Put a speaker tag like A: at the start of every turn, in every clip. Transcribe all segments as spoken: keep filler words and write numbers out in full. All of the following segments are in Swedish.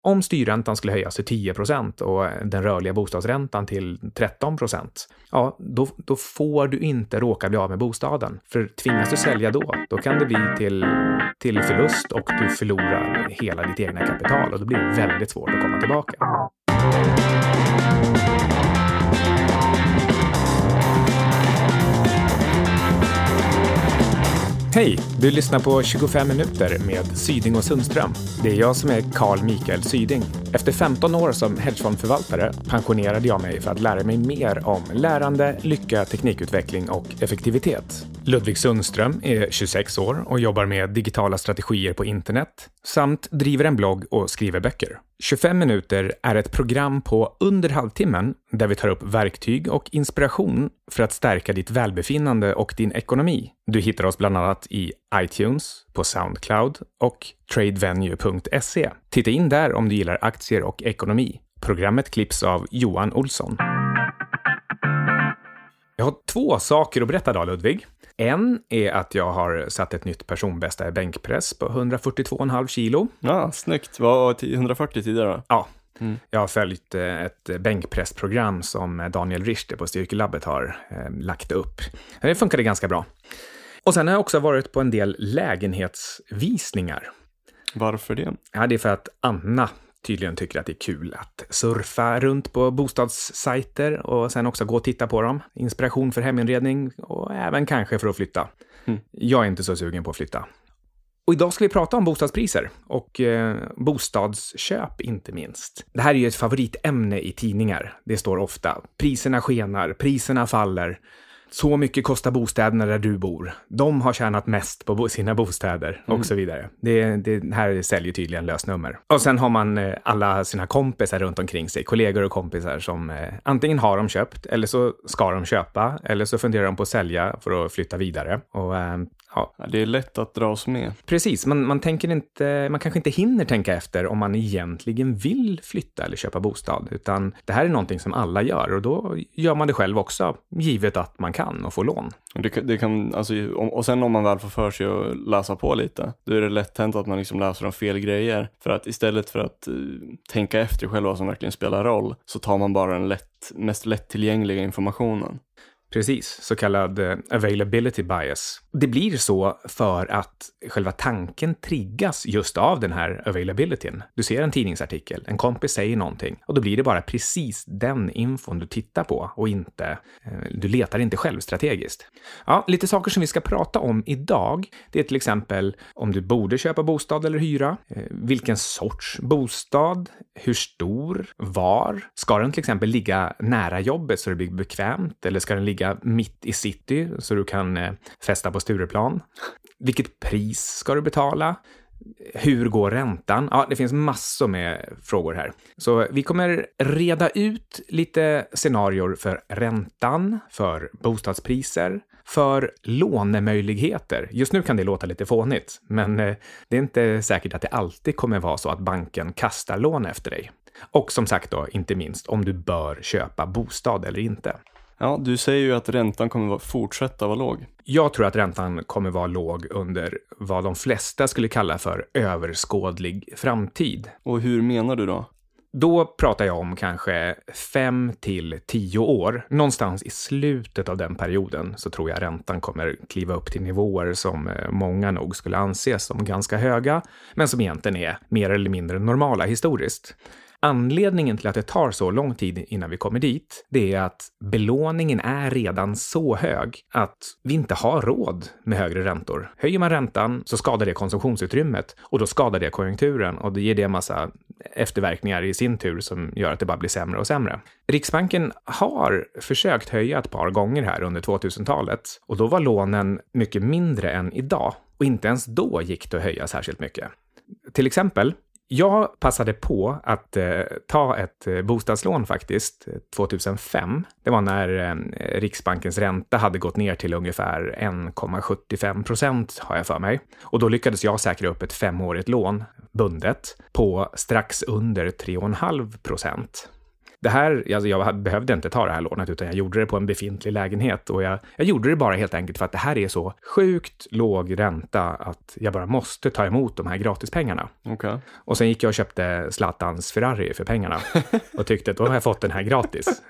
A: Om styrräntan skulle höjas till tio procent och den rörliga bostadsräntan till tretton procent, ja, då, då får du inte råka bli av med bostaden. För tvingas du sälja då, då kan det bli till, till förlust och du förlorar hela ditt egna kapital och då blir det väldigt svårt att komma tillbaka. Hej, du lyssnar på tjugofem minuter med Syding och Sundström. Det är jag som är Carl Mikael Syding. Efter femton år som hedgefondförvaltare pensionerade jag mig för att lära mig mer om lärande, lycka, teknikutveckling och effektivitet. Ludvig Sundström är tjugosex år och jobbar med digitala strategier på internet samt driver en blogg och skriver böcker. tjugofem minuter är ett program på under halvtimmen där vi tar upp verktyg och inspiration för att stärka ditt välbefinnande och din ekonomi. Du hittar oss bland annat i iTunes, på Soundcloud och tradevenue punkt se. Titta in där om du gillar aktier och ekonomi. Programmet klipps av Johan Olsson. Jag har två saker att berätta idag, Ludvig. En är att jag har satt ett nytt personbästa i bänkpress på hundrafyrtiotvå komma fem kilo.
B: Ja, snyggt. Vad var hundrafyrtio tidigare då?
A: Ja, mm. Jag har följt ett bänkpressprogram som Daniel Richter på Styrkelabbet har eh, lagt upp. Det funkade ganska bra. Och sen har jag också varit på en del lägenhetsvisningar.
B: Varför det?
A: Ja, det är för att Anna tydligen tycker att det är kul att surfa runt på bostadssajter och sen också gå och titta på dem. Inspiration för heminredning och även kanske för att flytta. Mm. Jag är inte så sugen på att flytta. Och idag ska vi prata om bostadspriser och eh, bostadsköp inte minst. Det här är ju ett favoritämne i tidningar. Det står ofta: priserna skenar, priserna faller. Så mycket kostar bostäderna där du bor. De har tjänat mest på sina bostäder och mm. så vidare. Det, det här säljer tydligen lösnummer. Och sen har man eh, alla sina kompisar runt omkring sig. Kollegor och kompisar som eh, antingen har de köpt eller så ska de köpa. Eller så funderar de på att sälja för att flytta vidare. Och eh, ja.
B: Det är lätt att dras med.
A: Precis, man, man, tänker inte, man kanske inte hinner tänka efter om man egentligen vill flytta eller köpa bostad. Utan det här är någonting som alla gör och då gör man det själv också, givet att man kan och få lån.
B: Det, det kan, alltså, och sen om man väl får för sig att läsa på lite, då är det lätt hänt att man liksom läser om fel grejer. För att istället för att uh, tänka efter själv vad som verkligen spelar roll, så tar man bara den lätt, mest lättillgängliga informationen.
A: Precis, så kallad availability bias. Det blir så för att själva tanken triggas just av den här availabilityn. Du ser en tidningsartikel, en kompis säger någonting och då blir det bara precis den infon du tittar på och inte, du letar inte själv strategiskt. Ja, lite saker som vi ska prata om idag, det är till exempel om du borde köpa bostad eller hyra, vilken sorts bostad, hur stor, var, ska den till exempel ligga nära jobbet så det blir bekvämt eller ska den ligga mitt i city så du kan eh, festa på Stureplan. Vilket pris ska du betala? Hur går räntan? Ja, det finns massor med frågor här. Så vi kommer reda ut lite scenarier för räntan, för bostadspriser, för lånemöjligheter. Just nu kan det låta lite fånigt, men eh, det är inte säkert att det alltid kommer vara så att banken kastar lån efter dig. Och som sagt då, inte minst om du bör köpa bostad eller inte.
B: Ja, du säger ju att räntan kommer att fortsätta vara låg.
A: Jag tror att räntan kommer vara låg under vad de flesta skulle kalla för överskådlig framtid.
B: Och hur menar du då?
A: Då pratar jag om kanske fem till tio år. Någonstans i slutet av den perioden så tror jag räntan kommer kliva upp till nivåer som många nog skulle anses som ganska höga, men som egentligen är mer eller mindre normala historiskt. Anledningen till att det tar så lång tid innan vi kommer dit, det är att belåningen är redan så hög att vi inte har råd med högre räntor. Höjer man räntan så skadar det konsumtionsutrymmet och då skadar det konjunkturen och det ger det en massa efterverkningar i sin tur som gör att det bara blir sämre och sämre. Riksbanken har försökt höja ett par gånger här under tvåtusentalet och då var lånen mycket mindre än idag och inte ens då gick det att höja särskilt mycket. Till exempel, jag passade på att eh, ta ett eh, bostadslån faktiskt tjugohundrafem. Det var när eh, Riksbankens ränta hade gått ner till ungefär en komma sjuttiofem procent har jag för mig. Och då lyckades jag säkra upp ett femårigt lån bundet på strax under tre komma fem procent. Det här, alltså jag behövde inte ta det här lånet utan jag gjorde det på en befintlig lägenhet och jag, jag gjorde det bara helt enkelt för att det här är så sjukt låg ränta att jag bara måste ta emot de här gratispengarna.
B: Okay.
A: Och sen gick jag och köpte Zlatans Ferrari för pengarna och tyckte att då har jag fått den här gratis.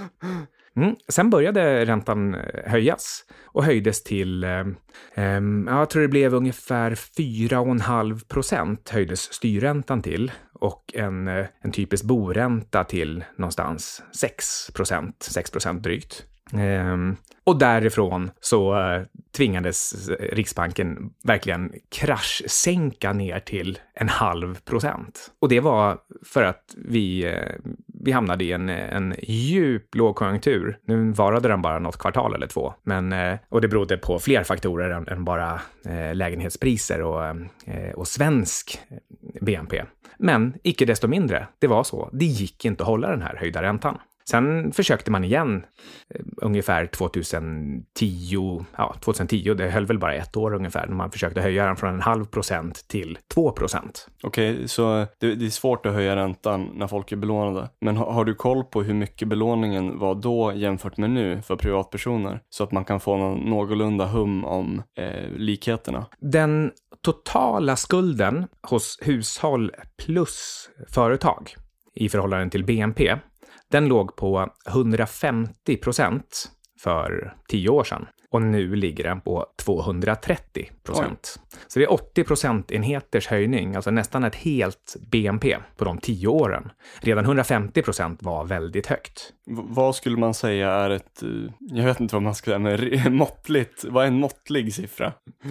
A: Mm. Sen började räntan höjas och höjdes till, eh, eh, jag tror det blev ungefär fyra komma fem procent höjdes styrräntan till och en, en typisk boränta till någonstans sex procent, sex procent drygt. Um, och därifrån så uh, tvingades Riksbanken verkligen kraschsänka ner till en halv procent. Och det var för att vi, uh, vi hamnade i en, en djup lågkonjunktur. Nu varade den bara något kvartal eller två. Men, uh, och det berodde på fler faktorer än, än bara uh, lägenhetspriser och, uh, och svensk B N P. Men icke desto mindre, det var så. Det gick inte att hålla den här höjda räntan. Sen försökte man igen eh, ungefär tjugohundratio, ja tjugohundratio, det höll väl bara ett år ungefär när man försökte höja den från en halv procent till två procent.
B: Okej, okay, så det, det är svårt att höja räntan när folk är belånade. Men har, har du koll på hur mycket belåningen var då jämfört med nu för privatpersoner? Så att man kan få någon någorlunda hum om eh, likheterna.
A: Den totala skulden hos hushåll plus företag i förhållande till B N P, den låg på hundrafemtio procent för tio år sedan. Och nu ligger den på tvåhundratrettio procent. Oj. Så det är åttio procentenheters höjning, alltså nästan ett helt B N P på de tio åren. Redan hundrafemtio procent var väldigt högt.
B: V- vad skulle man säga är ett, jag vet inte vad man ska säga, men måttligt, vad är en måttlig siffra?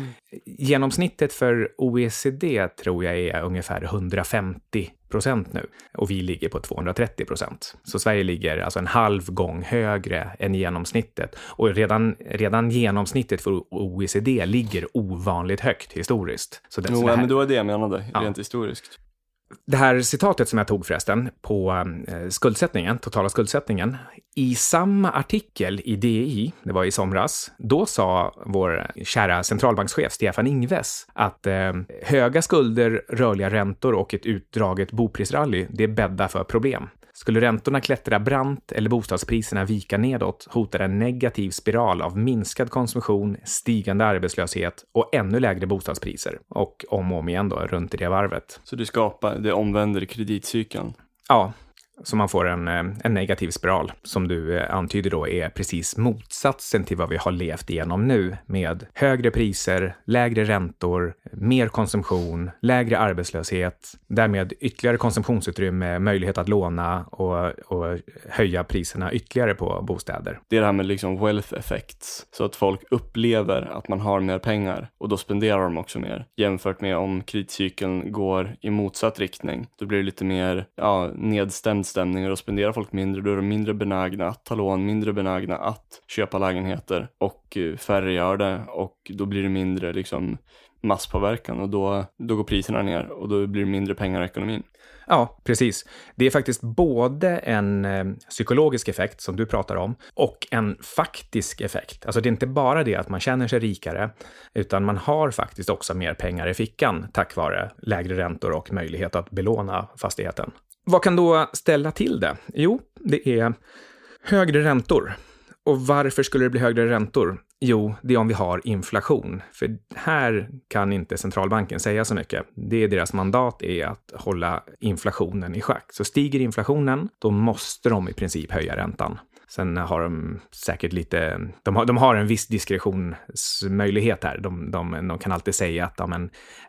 A: Genomsnittet för O E C D tror jag är ungefär hundrafemtio procent nu. Och vi ligger på tvåhundratrettio procent. Så Sverige ligger alltså en halv gång högre än genomsnittet. Och redan, redan genomsnittet för O E C D ligger ovanligt högt historiskt. Så det,
B: jo,
A: så det här,
B: men då är det jag menade,
A: ja.
B: Rent historiskt.
A: Det här citatet som jag tog förresten på eh, skuldsättningen, totala skuldsättningen, i samma artikel i D I, det var i somras, då sa vår kära centralbankschef Stefan Ingves att eh, höga skulder, rörliga räntor och ett utdraget boprisrally, det bäddar för problem. Skulle räntorna klättra brant eller bostadspriserna vika nedåt hotar en negativ spiral av minskad konsumtion, stigande arbetslöshet och ännu lägre bostadspriser. Och om och om igen då, runt i det varvet.
B: Så du skapar, det omvänder kreditcykeln?
A: Ja, så man får en, en negativ spiral som du antyder då är precis motsatsen till vad vi har levt igenom nu med högre priser, lägre räntor, mer konsumtion, lägre arbetslöshet, därmed ytterligare konsumtionsutrymme, möjlighet att låna och, och höja priserna ytterligare på bostäder.
B: Det är det här med liksom wealth effects, så att folk upplever att man har mer pengar och då spenderar de också mer. Jämfört med om kreditcykeln går i motsatt riktning, då blir det lite mer ja, nedstämd stämningar och spenderar folk mindre, då är de mindre benägna att ta lån, mindre benägna att köpa lägenheter och färre gör det och då blir det mindre liksom masspåverkan och då, då går priserna ner och då blir det mindre pengar i ekonomin.
A: Ja, precis. Det är faktiskt både en eh, psykologisk effekt som du pratar om och en faktisk effekt. Alltså det är inte bara det att man känner sig rikare utan man har faktiskt också mer pengar i fickan tack vare lägre räntor och möjlighet att belåna fastigheten. Vad kan då ställa till det? Jo, det är högre räntor. Och varför skulle det bli högre räntor? Jo, det är om vi har inflation. För här kan inte centralbanken säga så mycket. Det är deras mandat är att hålla inflationen i schack. Så stiger inflationen, då måste de i princip höja räntan. Sen har de säkert lite, de har, de har en viss diskretionsmöjlighet här. De, de, de kan alltid säga att ja, men,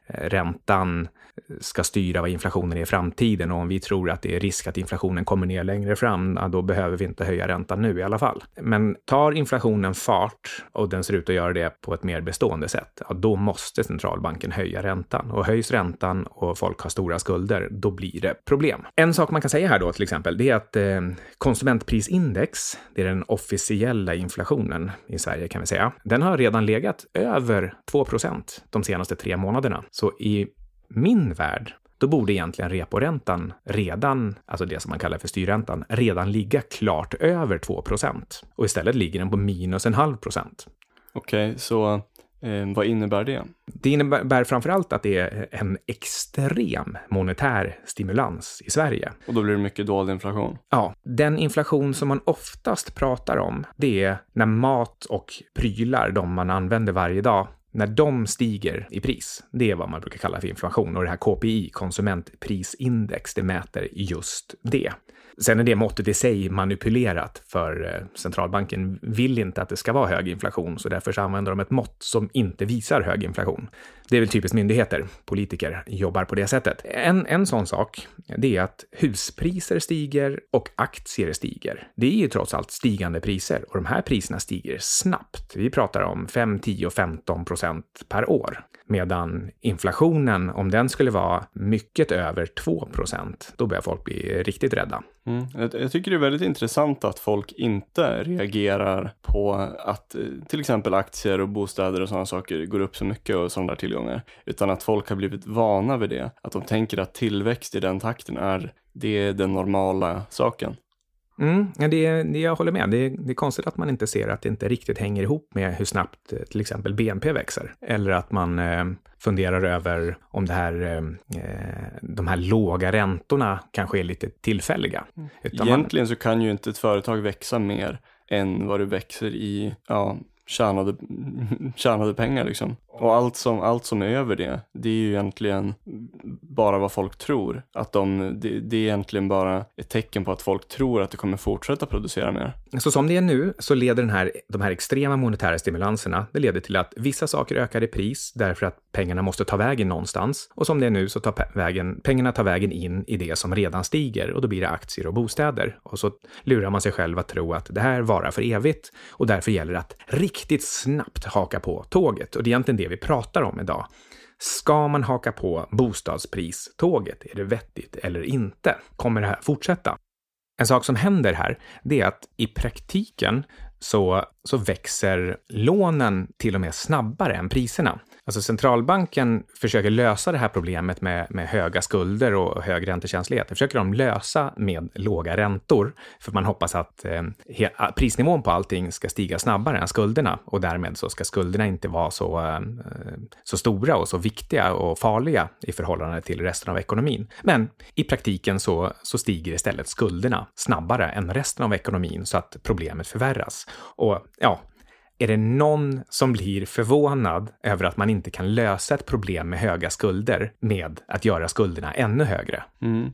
A: räntan ska styra vad inflationen är i framtiden. Och om vi tror att det är risk att inflationen kommer ner längre fram, ja, då behöver vi inte höja räntan nu i alla fall. Men tar inflationen fart och den ser ut att göra det på ett mer bestående sätt, ja, då måste centralbanken höja räntan. Och höjs räntan och folk har stora skulder, då blir det problem. En sak man kan säga här då till exempel, det är att eh, konsumentprisindex, det är den officiella inflationen i Sverige kan vi säga, den har redan legat över två procent de senaste tre månaderna. Så i min värld, då borde egentligen reporäntan redan, alltså det som man kallar för styrräntan, redan ligga klart över två procent. Och istället ligger den på minus en halv procent.
B: Okej, okay, så Eh, vad innebär det?
A: Det innebär framförallt att det är en extrem monetär stimulans i Sverige.
B: Och då blir det mycket dold inflation?
A: Ja, den inflation som man oftast pratar om, det är när mat och prylar, de man använder varje dag, när de stiger i pris. Det är vad man brukar kalla för inflation. Och det här K P I, konsumentprisindex, det mäter just det. Sen är det måttet i sig manipulerat, för centralbanken vill inte att det ska vara hög inflation, så därför så använder de ett mått som inte visar hög inflation. Det är väl typiskt myndigheter, politiker jobbar på det sättet. En, en sån sak, det är att huspriser stiger och aktier stiger. Det är ju trots allt stigande priser, och de här priserna stiger snabbt. Vi pratar om fem, tio och femton procent per år. Medan inflationen, om den skulle vara mycket över två procent, då börjar folk bli riktigt rädda.
B: Mm. Jag, jag tycker det är väldigt intressant att folk inte reagerar på att till exempel aktier och bostäder och sådana saker går upp så mycket och sådana där tillgångar. Utan att folk har blivit vana vid det. Att de tänker att tillväxt i den takten är, det är den normala saken.
A: Mm, ja, det, det jag håller med. Det, det är konstigt att man inte ser att det inte riktigt hänger ihop med hur snabbt till exempel B N P växer. Eller att man eh, funderar över om det här, eh, de här låga räntorna kanske är lite tillfälliga. Utan
B: Egentligen
A: man...
B: så kan ju inte ett företag växa mer än vad det växer i ja, tjänade, tjänade pengar liksom. Och allt som, allt som är över det, det är ju egentligen bara vad folk tror. Att de, det, det är egentligen bara ett tecken på att folk tror att det kommer fortsätta producera mer.
A: Så som det är nu så leder den här, de här extrema monetära stimulanserna, det leder till att vissa saker ökar i pris därför att pengarna måste ta vägen någonstans. Och som det är nu så tar pe- vägen, pengarna tar vägen in i det som redan stiger, och då blir det aktier och bostäder. Och så lurar man sig själv att tro att det här varar för evigt, och därför gäller det att riktigt snabbt haka på tåget. Och det är egentligen det vi pratar om idag. Ska man haka på bostadspriståget? Är det vettigt eller inte? Kommer det här fortsätta? En sak som händer här, det är att i praktiken så, så växer lånen till och med snabbare än priserna. Alltså centralbanken försöker lösa det här problemet med, med höga skulder och hög räntekänslighet. Det försöker de lösa med låga räntor, för man hoppas att eh, he- prisnivån på allting ska stiga snabbare än skulderna, och därmed så ska skulderna inte vara så, eh, så stora och så viktiga och farliga i förhållande till resten av ekonomin. Men i praktiken så, så stiger istället skulderna snabbare än resten av ekonomin, så att problemet förvärras. Och ja, är det någon som blir förvånad över att man inte kan lösa ett problem med höga skulder med att göra skulderna ännu högre?
B: Mm.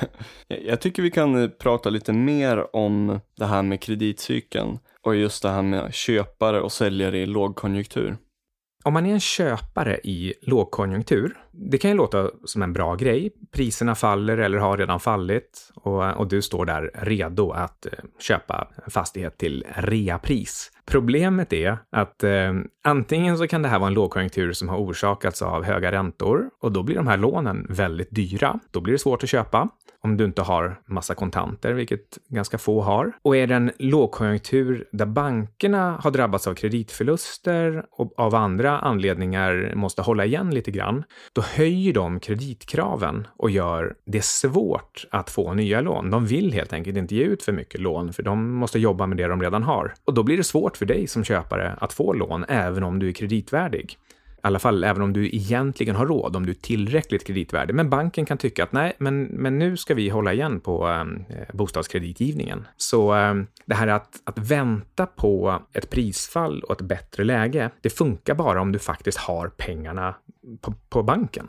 B: Jag tycker vi kan prata lite mer om det här med kreditcykeln och just det här med köpare och säljare i lågkonjunktur.
A: Om man är en köpare i lågkonjunktur, det kan ju låta som en bra grej. Priserna faller eller har redan fallit, och, och du står där redo att eh, köpa en fastighet till reapris. Problemet är att eh, antingen så kan det här vara en lågkonjunktur som har orsakats av höga räntor, och då blir de här lånen väldigt dyra. Då blir det svårt att köpa om du inte har massa kontanter, vilket ganska få har. Och är det en lågkonjunktur där bankerna har drabbats av kreditförluster och av andra anledningar måste hålla igen lite grann, då höjer de kreditkraven och gör det svårt att få nya lån. De vill helt enkelt inte ge ut för mycket lån, för de måste jobba med det de redan har. Och då blir det svårt för dig som köpare att få lån även om du är kreditvärdig. I alla fall även om du egentligen har råd, om du är tillräckligt kreditvärdig. Men banken kan tycka att nej, men, men nu ska vi hålla igen på eh, bostadskreditgivningen. Så eh, det här att, att vänta på ett prisfall och ett bättre läge, det funkar bara om du faktiskt har pengarna på, på banken.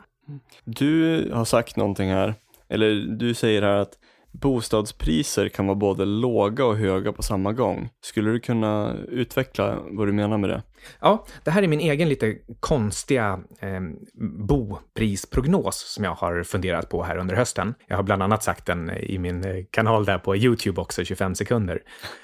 B: Du har sagt någonting här, eller du säger här att bostadspriser kan vara både låga och höga på samma gång. Skulle du kunna utveckla vad du menar med det?
A: Ja, det här är min egen lite konstiga eh, boprisprognos som jag har funderat på här under hösten. Jag har bland annat sagt den i min kanal där på YouTube också, tjugofem sekunder.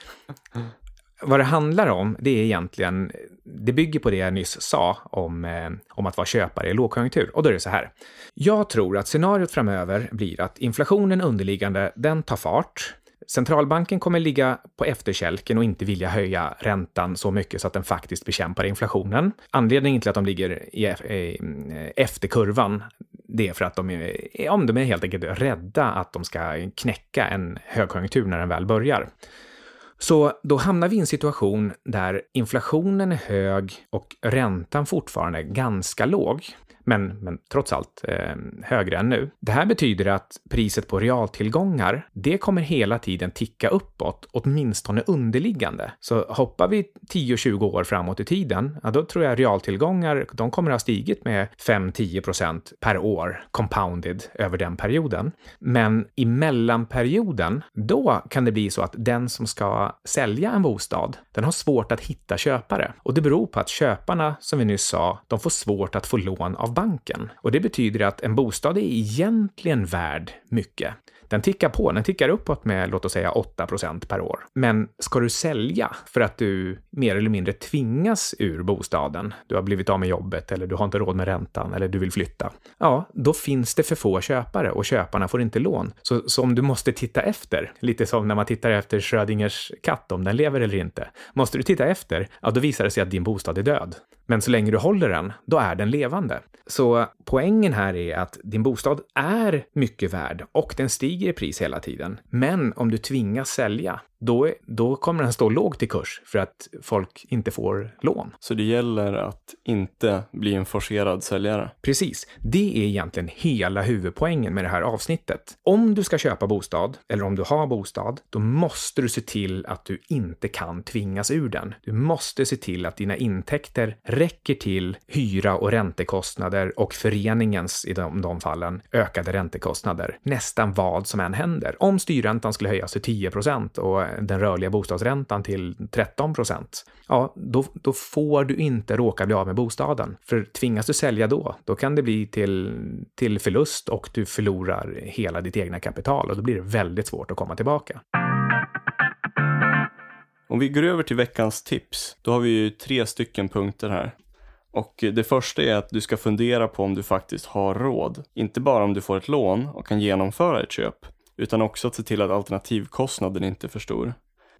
A: Vad det handlar om, det är egentligen, det bygger på det jag nyss sa om, eh, om att vara köpare i lågkonjunktur. Och då är det så här. Jag tror att scenariot framöver blir att inflationen underliggande, den tar fart. Centralbanken kommer ligga på efterkälken och inte vilja höja räntan så mycket så att den faktiskt bekämpar inflationen. Anledningen till att de ligger i, i, efter kurvan, det är för att de är, om de är helt enkelt rädda att de ska knäcka en högkonjunktur när den väl börjar. Så då hamnar vi i en situation där inflationen är hög och räntan fortfarande är ganska låg. Men, men trots allt eh, högre än nu. Det här betyder att priset på realtillgångar, det kommer hela tiden ticka uppåt, åtminstone underliggande. Så hoppar vi tio till tjugo år framåt i tiden, ja, då tror jag realtillgångar, de kommer att ha stigit med fem till tio procent per år, compounded över den perioden. Men i mellanperioden, då kan det bli så att den som ska sälja en bostad, den har svårt att hitta köpare. Och det beror på att köparna, som vi nyss sa, de får svårt att få lån av banken. Och det betyder att en bostad är egentligen värd mycket. Den tickar på, den tickar uppåt med låt oss säga åtta procent per år. Men ska du sälja för att du mer eller mindre tvingas ur bostaden, du har blivit av med jobbet eller du har inte råd med räntan eller du vill flytta, ja, då finns det för få köpare och köparna får inte lån. Så, så om du måste titta efter, lite som när man tittar efter Schrödingers katt om den lever eller inte, måste du titta efter, ja då visar det sig att din bostad är död. Men så länge du håller den, då är den levande. Så poängen här är att din bostad är mycket värd och den stiger i pris hela tiden. Men om du tvingas sälja, då, då kommer den stå lågt i kurs för att folk inte får lån.
B: Så det gäller att inte bli en forcerad säljare?
A: Precis. Det är egentligen hela huvudpoängen med det här avsnittet. Om du ska köpa bostad, eller om du har bostad, då måste du se till att du inte kan tvingas ur den. Du måste se till att dina intäkter räcker till hyra och räntekostnader och föreningens, i de, de fallen, ökade räntekostnader. Nästan vad som än händer. Om styrräntan skulle höjas till tio procent och den rörliga bostadsräntan till tretton procent, ja, då, då får du inte råka bli av med bostaden. För tvingas du sälja då, då kan det bli till, till förlust och du förlorar hela ditt egna kapital och då blir det väldigt svårt att komma tillbaka.
B: Om vi går över till veckans tips, då har vi ju tre stycken punkter här. Och det första är att du ska fundera på om du faktiskt har råd. Inte bara om du får ett lån och kan genomföra ett köp, utan också att se till att alternativkostnaden inte är för stor.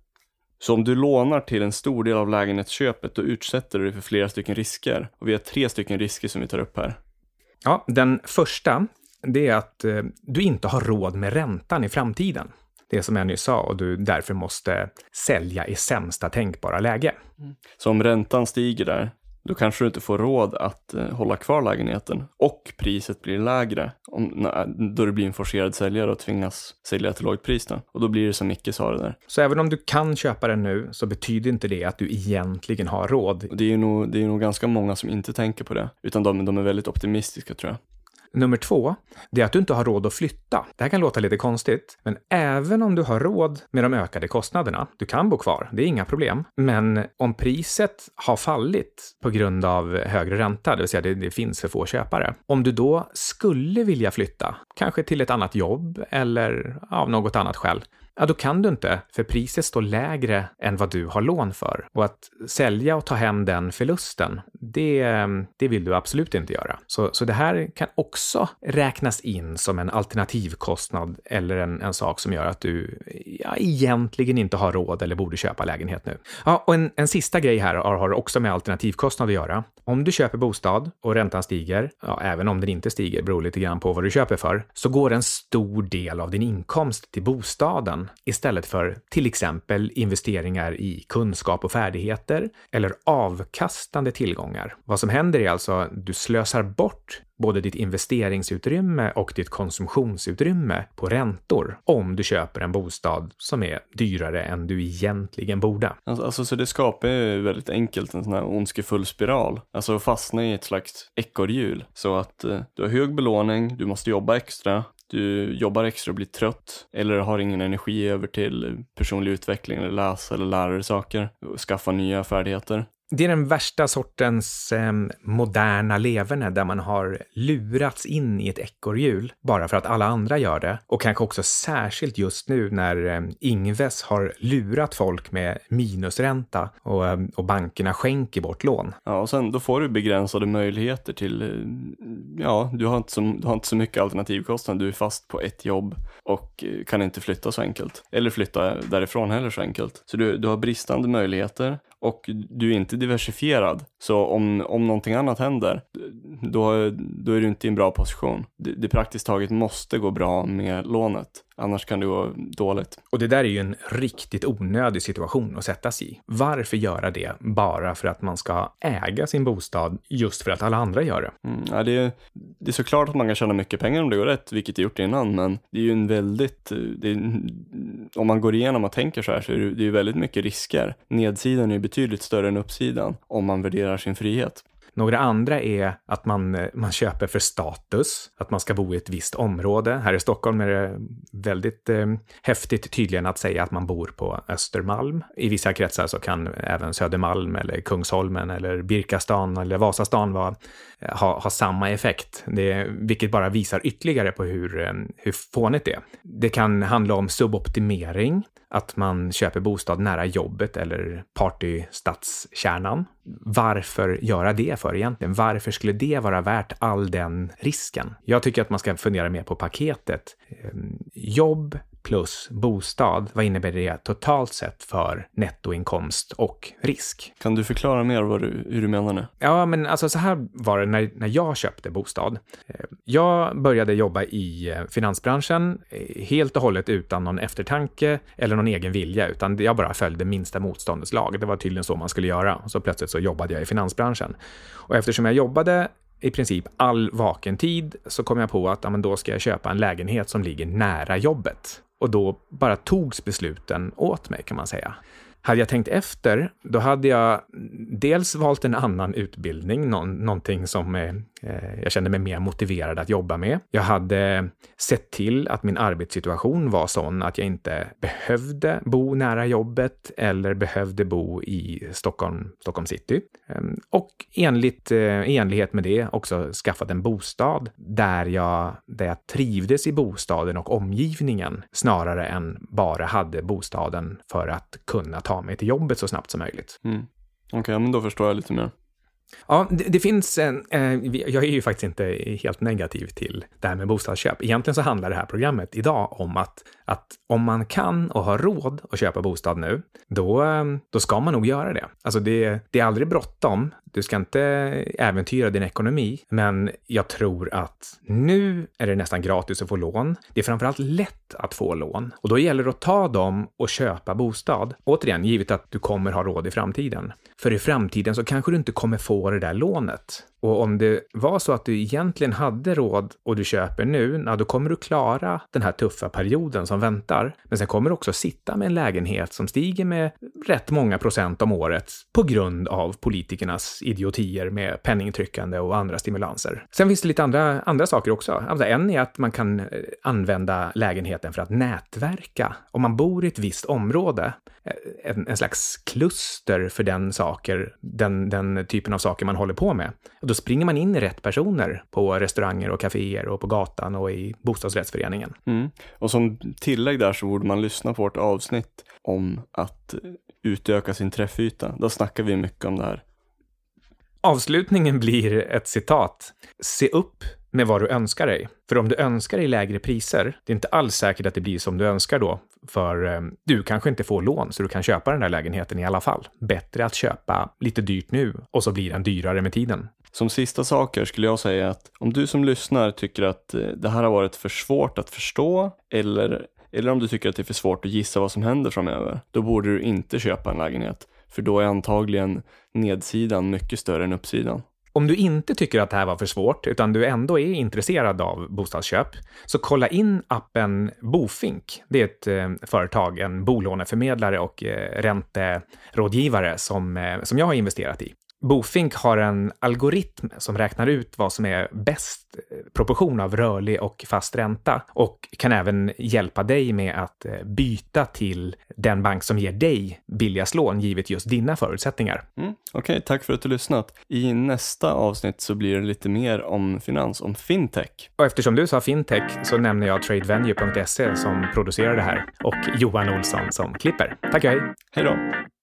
B: Så om du lånar till en stor del av lägenhetsköpet, då utsätter du dig för flera stycken risker. Och vi har tre stycken risker som vi tar upp här.
A: Ja, den första, det är att eh, du inte har råd med räntan i framtiden. Det som jag nyss sa, och du därför måste sälja i sämsta tänkbara läge.
B: Mm. Så om räntan stiger där, då kanske du inte får råd att eh, hålla kvar lägenheten. Och priset blir lägre om, när, då det blir en forcerad säljare och tvingas sälja till lågt pris då. Och då blir det som Micke sa det där.
A: Så även om du kan köpa den nu så betyder inte det att du egentligen har råd.
B: Och det är ju nog, det är nog ganska många som inte tänker på det. Utan de, de är väldigt optimistiska, tror jag.
A: Nummer två, det är att du inte har råd att flytta. Det här kan låta lite konstigt, men även om du har råd med de ökade kostnaderna, du kan bo kvar, det är inga problem. Men om priset har fallit på grund av högre ränta, det vill säga det, det finns för få köpare. Om du då skulle vilja flytta, kanske till ett annat jobb eller av något annat skäl, ja, då kan du inte, för priset står lägre än vad du har lån för. Och att sälja och ta hem den förlusten, det, det vill du absolut inte göra. Så, så det här kan också räknas in som en alternativkostnad eller en, en sak som gör att du ja, egentligen inte har råd eller borde köpa lägenhet nu. Ja, och en, en sista grej här har, har också med alternativkostnad att göra. Om du köper bostad och räntan stiger, ja, även om den inte stiger, beror lite grann på vad du köper för, så går en stor del av din inkomst till bostaden istället för till exempel investeringar i kunskap och färdigheter eller avkastande tillgångar. Vad som händer är alltså att du slösar bort både ditt investeringsutrymme och ditt konsumtionsutrymme på räntor om du köper en bostad som är dyrare än du egentligen borde.
B: Alltså, alltså så det skapar ju väldigt enkelt en sån här ondskefull spiral. Alltså fastna i ett slags ekorrhjul. Så att eh, du har hög belåning, du måste jobba extra. Du jobbar extra och blir trött eller har ingen energi över till personlig utveckling eller läsa eller lära dig saker och skaffa nya färdigheter.
A: Det är den värsta sortens eh, moderna leverne där man har lurats in i ett ekorrhjul bara för att alla andra gör det. Och kanske också särskilt just nu när eh, Ingves har lurat folk med minusränta och, eh, och bankerna skänker bort lån.
B: Ja, och sen då får du begränsade möjligheter till, eh, ja, du har inte så, du har inte så mycket alternativkostnad. Du är fast på ett jobb och eh, kan inte flytta så enkelt. Eller flytta därifrån heller så enkelt. Så du, du har bristande möjligheter. Och du är inte diversifierad. Så om, om någonting annat händer, då, då är du inte i en bra position. Det, det praktiskt taget måste gå bra med lånet. Annars kan det gå dåligt.
A: Och det där är ju en riktigt onödig situation att sätta sig i. Varför göra det bara för att man ska äga sin bostad just för att alla andra gör det?
B: Mm, ja, det, är, det är såklart att man kan tjäna mycket pengar om det går rätt, vilket det gjort innan, men det är ju en väldigt, det är, om man går igenom och tänker så här så är det, det är ju väldigt mycket risker. Nedsidan är betydligt större än uppsidan om man värderar sin frihet.
A: Några andra är att man, man köper för status, att man ska bo i ett visst område. Här i Stockholm är det väldigt eh, häftigt tydligen att säga att man bor på Östermalm. I vissa kretsar så kan även Södermalm eller Kungsholmen eller Birkastan eller Vasastan vara, ha, ha samma effekt. Det, vilket bara visar ytterligare på hur, hur fånigt det är. Det kan handla om suboptimering. Att man köper bostad nära jobbet eller partystadskärnan. Varför göra det för egentligen? Varför skulle det vara värt all den risken? Jag tycker att man ska fundera mer på paketet. Jobb plus bostad, vad innebär det totalt sett för nettoinkomst och risk?
B: Kan du förklara mer vad du, hur du menar nu?
A: Ja, men alltså så här var det när, när jag köpte bostad. Jag började jobba i finansbranschen helt och hållet utan någon eftertanke eller någon egen vilja, utan jag bara följde minsta motståndets lag. Det var tydligen så man skulle göra. Så plötsligt så jobbade jag i finansbranschen. Och eftersom jag jobbade i princip all vaken tid så kom jag på att ja, men då ska jag köpa en lägenhet som ligger nära jobbet. Och då bara togs besluten åt mig, kan man säga. Hade jag tänkt efter, då hade jag dels valt en annan utbildning, någon, någonting som eh, jag kände mig mer motiverad att jobba med. Jag hade sett till att min arbetssituation var sån att jag inte behövde bo nära jobbet eller behövde bo i Stockholm, Stockholm city. Och enligt, i enlighet med det också skaffat en bostad där jag, där jag trivdes i bostaden och omgivningen snarare än bara hade bostaden för att kunna ta mig till jobbet så snabbt som möjligt.
B: Mm. Okej, okay, men då förstår jag lite mer.
A: Ja, det, det finns en, eh, jag är ju faktiskt inte helt negativ till det här med bostadsköp. Egentligen så handlar det här programmet idag om att, att om man kan och har råd att köpa bostad nu, då, då ska man nog göra det. Alltså det, det är aldrig bråttom. Du ska inte äventyra din ekonomi, men jag tror att nu är det nästan gratis att få lån. Det är framförallt lätt att få lån och då gäller det att ta dem och köpa bostad. Återigen, givet att du kommer ha råd i framtiden. För i framtiden så kanske du inte kommer få det där lånet. Och om det var så att du egentligen hade råd och du köper nu, ja, då kommer du klara den här tuffa perioden som väntar. Men sen kommer du också sitta med en lägenhet som stiger med rätt många procent om året på grund av politikernas idiotier med penningtryckande och andra stimulanser. Sen finns det lite andra, andra saker också. Alltså, en är att man kan använda lägenheten för att nätverka. Om man bor i ett visst område, en, en slags kluster för den saker, den, den typen av saker man håller på med. Och då springer man in i rätt personer på restauranger och kaféer och på gatan och i bostadsrättsföreningen.
B: Mm. Och som tillägg där så borde man lyssna på vårt avsnitt om att utöka sin träffyta. Då snackar vi mycket om det här.
A: Avslutningen blir ett citat. Se upp med vad du önskar dig. För om du önskar dig lägre priser, det är inte alls säkert att det blir som du önskar då. För eh, du kanske inte får lån så du kan köpa den där lägenheten i alla fall. Bättre att köpa lite dyrt nu och så blir den dyrare med tiden.
B: Som sista saker skulle jag säga att om du som lyssnar tycker att det här har varit för svårt att förstå eller, eller om du tycker att det är för svårt att gissa vad som händer framöver, då borde du inte köpa en lägenhet. För då är antagligen nedsidan mycket större än uppsidan.
A: Om du inte tycker att det här var för svårt utan du ändå är intresserad av bostadsköp, så kolla in appen Bofink. Det är ett eh, företag, en bolåneförmedlare och eh, ränterådgivare som, eh, som jag har investerat i. Bofink har en algoritm som räknar ut vad som är bäst proportion av rörlig och fast ränta och kan även hjälpa dig med att byta till den bank som ger dig billigast lån givet just dina förutsättningar.
B: Mm. Okej, okay, tack för att du lyssnat. I nästa avsnitt så blir det lite mer om finans, om fintech.
A: Och eftersom du sa fintech så nämner jag tradevenue punkt se som producerar det här och Johan Olsson som klipper. Tack och hej!
B: Hej då!